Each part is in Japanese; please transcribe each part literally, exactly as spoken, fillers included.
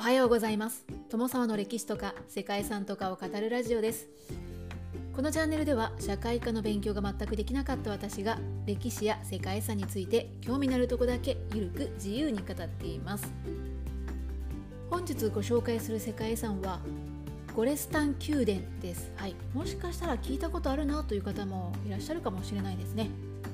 はようございます。友沢の歴史とか世界遺産とかを語るラジオです。このチャンネルでは社会科の勉強が全くできなかった私が歴史や世界遺産について興味のあるとこだけゆるく自由に語っています。本日ご紹介する世界遺産はゴレスタン宮殿です。はい、もしかしたら聞いたことあるなという方もいらっしゃるかもしれないですね。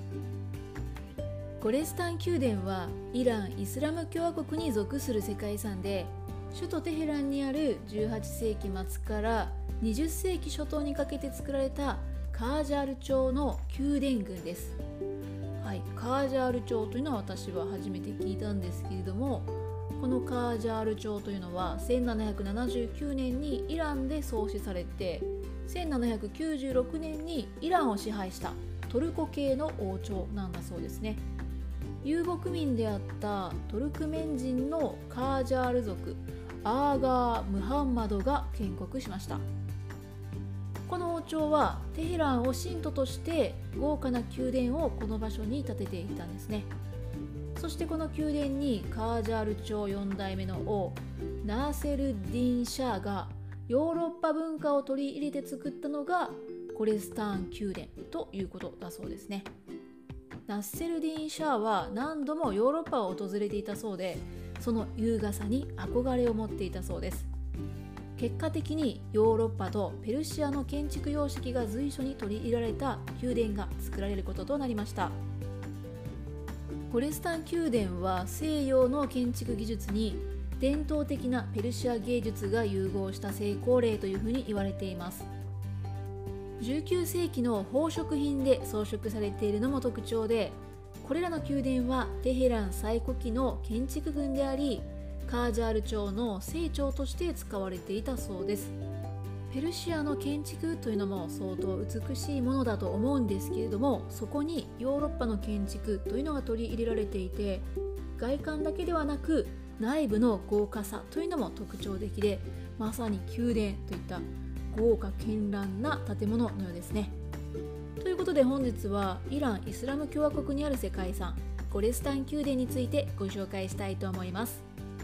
ゴレスタン宮殿はイラン・イスラム共和国に属する世界遺産で、首都テヘランにあるじゅうはちせいき末からにじゅっせいき初頭にかけて作られたカージャール朝の宮殿群です。はい、カージャール朝というのは私は初めて聞いたんですけれども、このカージャール朝というのはせんななひゃくななじゅうきゅうねんにイランで創始されて、せんななひゃくきゅうじゅうろくねんにイランを支配したトルコ系の王朝なんだそうですね。遊牧民であったトルクメン人のカージャール族アーガー・ムハンマドが建国しました。この王朝はテヘランを信徒として豪華な宮殿をこの場所に建てていたんですね。そしてこの宮殿にカージャール朝よんだいめの王ナーセル・ディン・シャーがヨーロッパ文化を取り入れて作ったのがゴレスタン宮殿ということだそうですね。ナッセルディン・シャーは何度もヨーロッパを訪れていたそうで、その優雅さに憧れを持っていたそうです。結果的にヨーロッパとペルシアの建築様式が随所に取り入れられた宮殿が作られることとなりました。ゴレスタン宮殿は西洋の建築技術に伝統的なペルシア芸術が融合した成功例というふうに言われています。じゅうきゅうせいきの宝飾品で装飾されているのも特徴で、これらの宮殿はテヘラン最古期の建築群であり、カージャール朝の聖朝として使われていたそうです。ペルシアの建築というのも相当美しいものだと思うんですけれども、そこにヨーロッパの建築というのが取り入れられていて、外観だけではなく内部の豪華さというのも特徴的で、まさに宮殿といった豪華絢爛な建物のようですね。ということで本日はイラン・イスラム共和国にある世界遺産ゴレスタン宮殿についてご紹介したいと思います。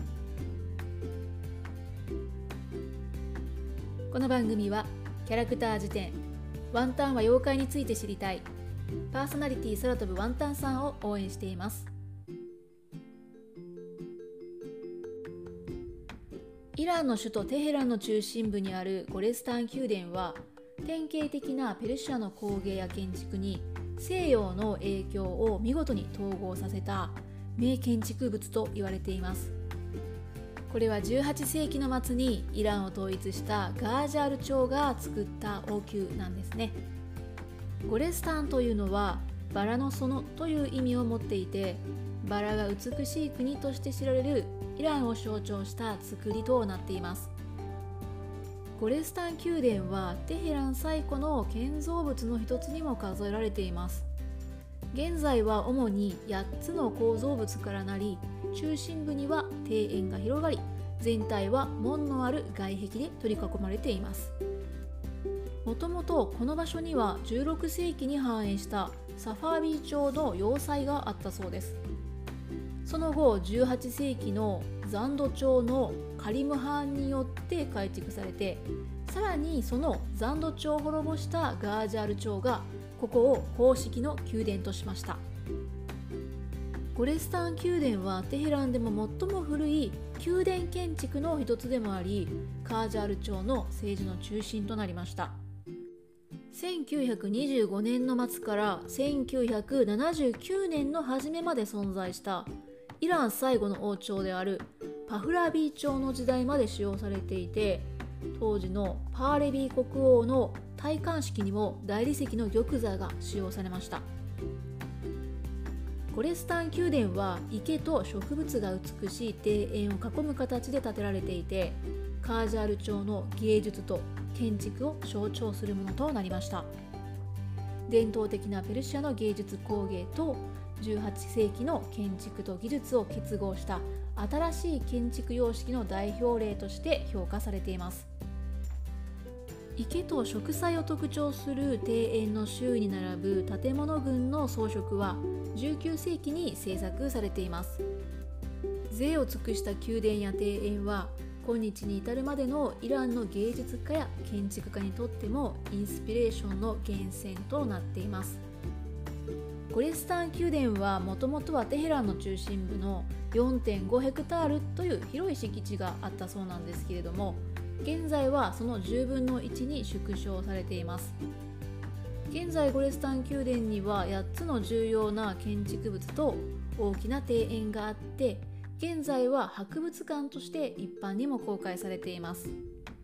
この番組はキャラクター辞典ワンタンは妖怪について知りたいパーソナリティ空飛ぶワンタンさんを応援しています。イランの首都テヘランの中心部にあるゴレスタン宮殿は、典型的なペルシアの工芸や建築に西洋の影響を見事に統合させた名建築物と言われています。これはじゅうはちせいきの末にイランを統一したガージャール朝が作った王宮なんですね。ゴレスタンというのはバラの園という意味を持っていて、バラが美しい国として知られるイランを象徴した造りとなっています。ゴレスタン宮殿はテヘラン最古の建造物の一つにも数えられています。現在は主にやっつの構造物からなり、中心部には庭園が広がり、全体は門のある外壁で取り囲まれています。もともとこの場所にはじゅうろくせいきに繁栄したサファービー朝の要塞があったそうです。その後じゅうはちせいきのザンド朝のカリムハンによって改築されて、さらにそのザンド朝を滅ぼしたガージャール朝がここを公式の宮殿としました。ゴレスタン宮殿はテヘランでも最も古い宮殿建築の一つでもあり、カージャール朝の政治の中心となりました。せんきゅうひゃくにじゅうごねんの末からせんきゅうひゃくななじゅうきゅうねんの初めまで存在したイラン最後の王朝であるパフラビー朝の時代まで使用されていて、当時のパーレビー国王の戴冠式にも大理石の玉座が使用されました。ゴレスタン宮殿は池と植物が美しい庭園を囲む形で建てられていて、カージャール朝の芸術と建築を象徴するものとなりました。伝統的なペルシアの芸術工芸とじゅうはちせいきの建築と技術を結合した新しい建築様式の代表例として評価されています。池と植栽を特徴する庭園の周囲に並ぶ建物群の装飾はじゅうきゅうせいきに制作されています。贅を尽くした宮殿や庭園は今日に至るまでのイランの芸術家や建築家にとってもインスピレーションの源泉となっています。ゴレスタン宮殿はもともとはテヘランの中心部の よんてんご ヘクタールという広い敷地があったそうなんですけれども、現在はそのじゅうぶんのいちに縮小されています。現在ゴレスタン宮殿にはやっつの重要な建築物と大きな庭園があって、現在は博物館として一般にも公開されています。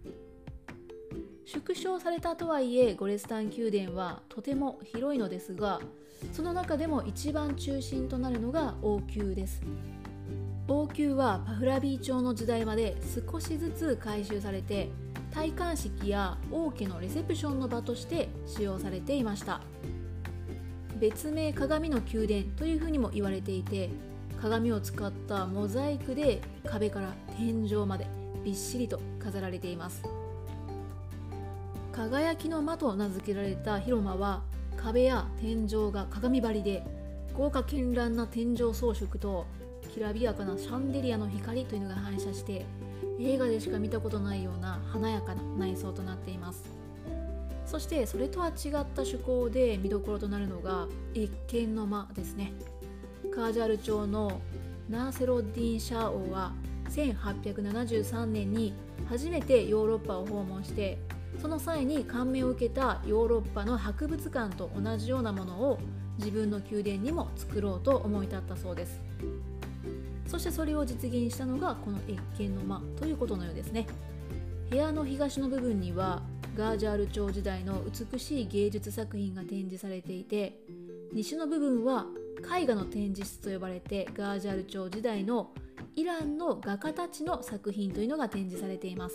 縮小されたとはいえ、ゴレスタン宮殿はとても広いのですが、その中でも一番中心となるのが王宮です。王宮はパフラビー朝の時代まで少しずつ改修されて、戴冠式や王家のレセプションの場として使用されていました。別名鏡の宮殿というふうにも言われていて、鏡を使ったモザイクで壁から天井までびっしりと飾られています。輝きの間と名付けられた広間は、壁や天井が鏡張りで、豪華絢爛な天井装飾ときらびやかなシャンデリアの光というのが反射して、映画でしか見たことないような華やかな内装となっています。そしてそれとは違った趣向で見どころとなるのが謁見の間ですね。カージャル朝のナーセロッディン・シャー王はせんはっぴゃくななじゅうさんねんに初めてヨーロッパを訪問して、その際に感銘を受けたヨーロッパの博物館と同じようなものを自分の宮殿にも作ろうと思い立ったそうです。そしてそれを実現したのがこの謁見の間ということのようですね。部屋の東の部分にはガージャール朝時代の美しい芸術作品が展示されていて、西の部分は絵画の展示室と呼ばれて、ガージャール朝時代のイランの画家たちの作品というのが展示されています。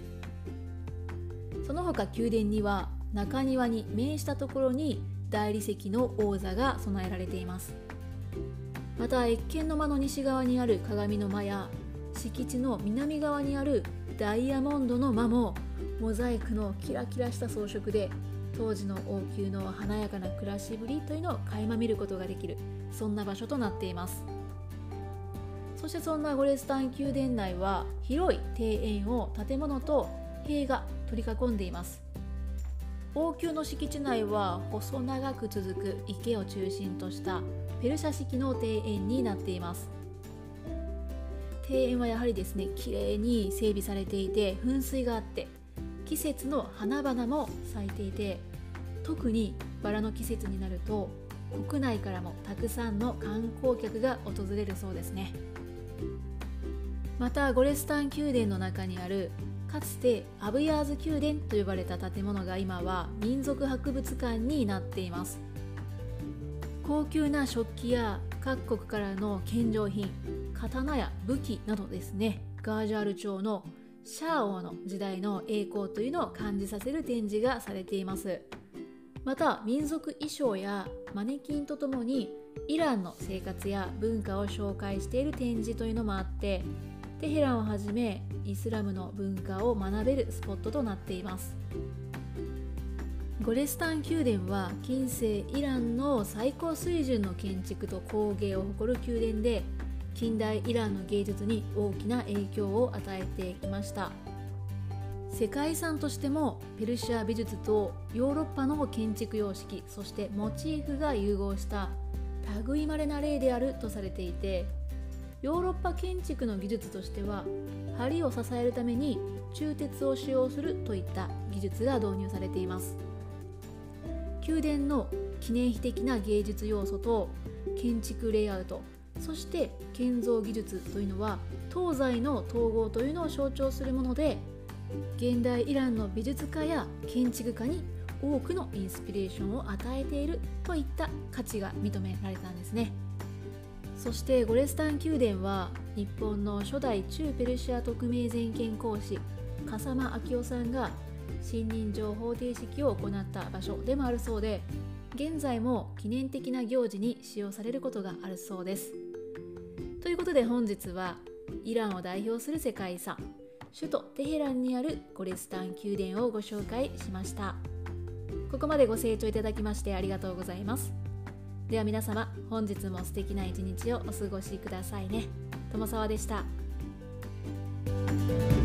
その他宮殿には中庭に面したところに大理石の王座が備えられています。また謁見の間の西側にある鏡の間や敷地の南側にあるダイヤモンドの間もモザイクのキラキラした装飾で、当時の王宮の華やかな暮らしぶりというのを垣間見ることができる、そんな場所となっています。そしてそんなゴレスタン宮殿内は広い庭園を建物と塀が取り囲んでいます。王宮の敷地内は細長く続く池を中心としたペルシャ式の庭園になっています。庭園はやはりですね、きれいに整備されていて、噴水があって、季節の花々も咲いていて、特にバラの季節になると国内からもたくさんの観光客が訪れるそうですね。またゴレスタン宮殿の中にあるかつてアブヤーズ宮殿と呼ばれた建物が今は民族博物館になっています。高級な食器や各国からの献上品、刀や武器などですね、ガージャール朝のシャー王の時代の栄光というのを感じさせる展示がされています。また民族衣装やマネキンとともにイランの生活や文化を紹介している展示というのもあって、テヘランをはじめイスラムの文化を学べるスポットとなっています。ゴレスタン宮殿は近世イランの最高水準の建築と工芸を誇る宮殿で、近代イランの芸術に大きな影響を与えてきました。世界遺産としてもペルシャ美術とヨーロッパの建築様式、そしてモチーフが融合した類いまれな例であるとされていて、ヨーロッパ建築の技術としては梁を支えるために鋳鉄を使用するといった技術が導入されています。宮殿の記念碑的な芸術要素と建築レイアウト、そして建造技術というのは東西の統合というのを象徴するもので、現代イランの美術家や建築家に多くのインスピレーションを与えているといった価値が認められたんですね。そしてゴレスタン宮殿は日本の初代駐ペルシア特命全権公使笠間明夫さんが信任状方程式を行った場所でもあるそうで、現在も記念的な行事に使用されることがあるそうです。ということで本日はイランを代表する世界遺産、首都テヘランにあるゴレスタン宮殿をご紹介しました。ここまでご清聴いただきましてありがとうございます。では皆様、本日も素敵な一日をお過ごしくださいね。友沢でした。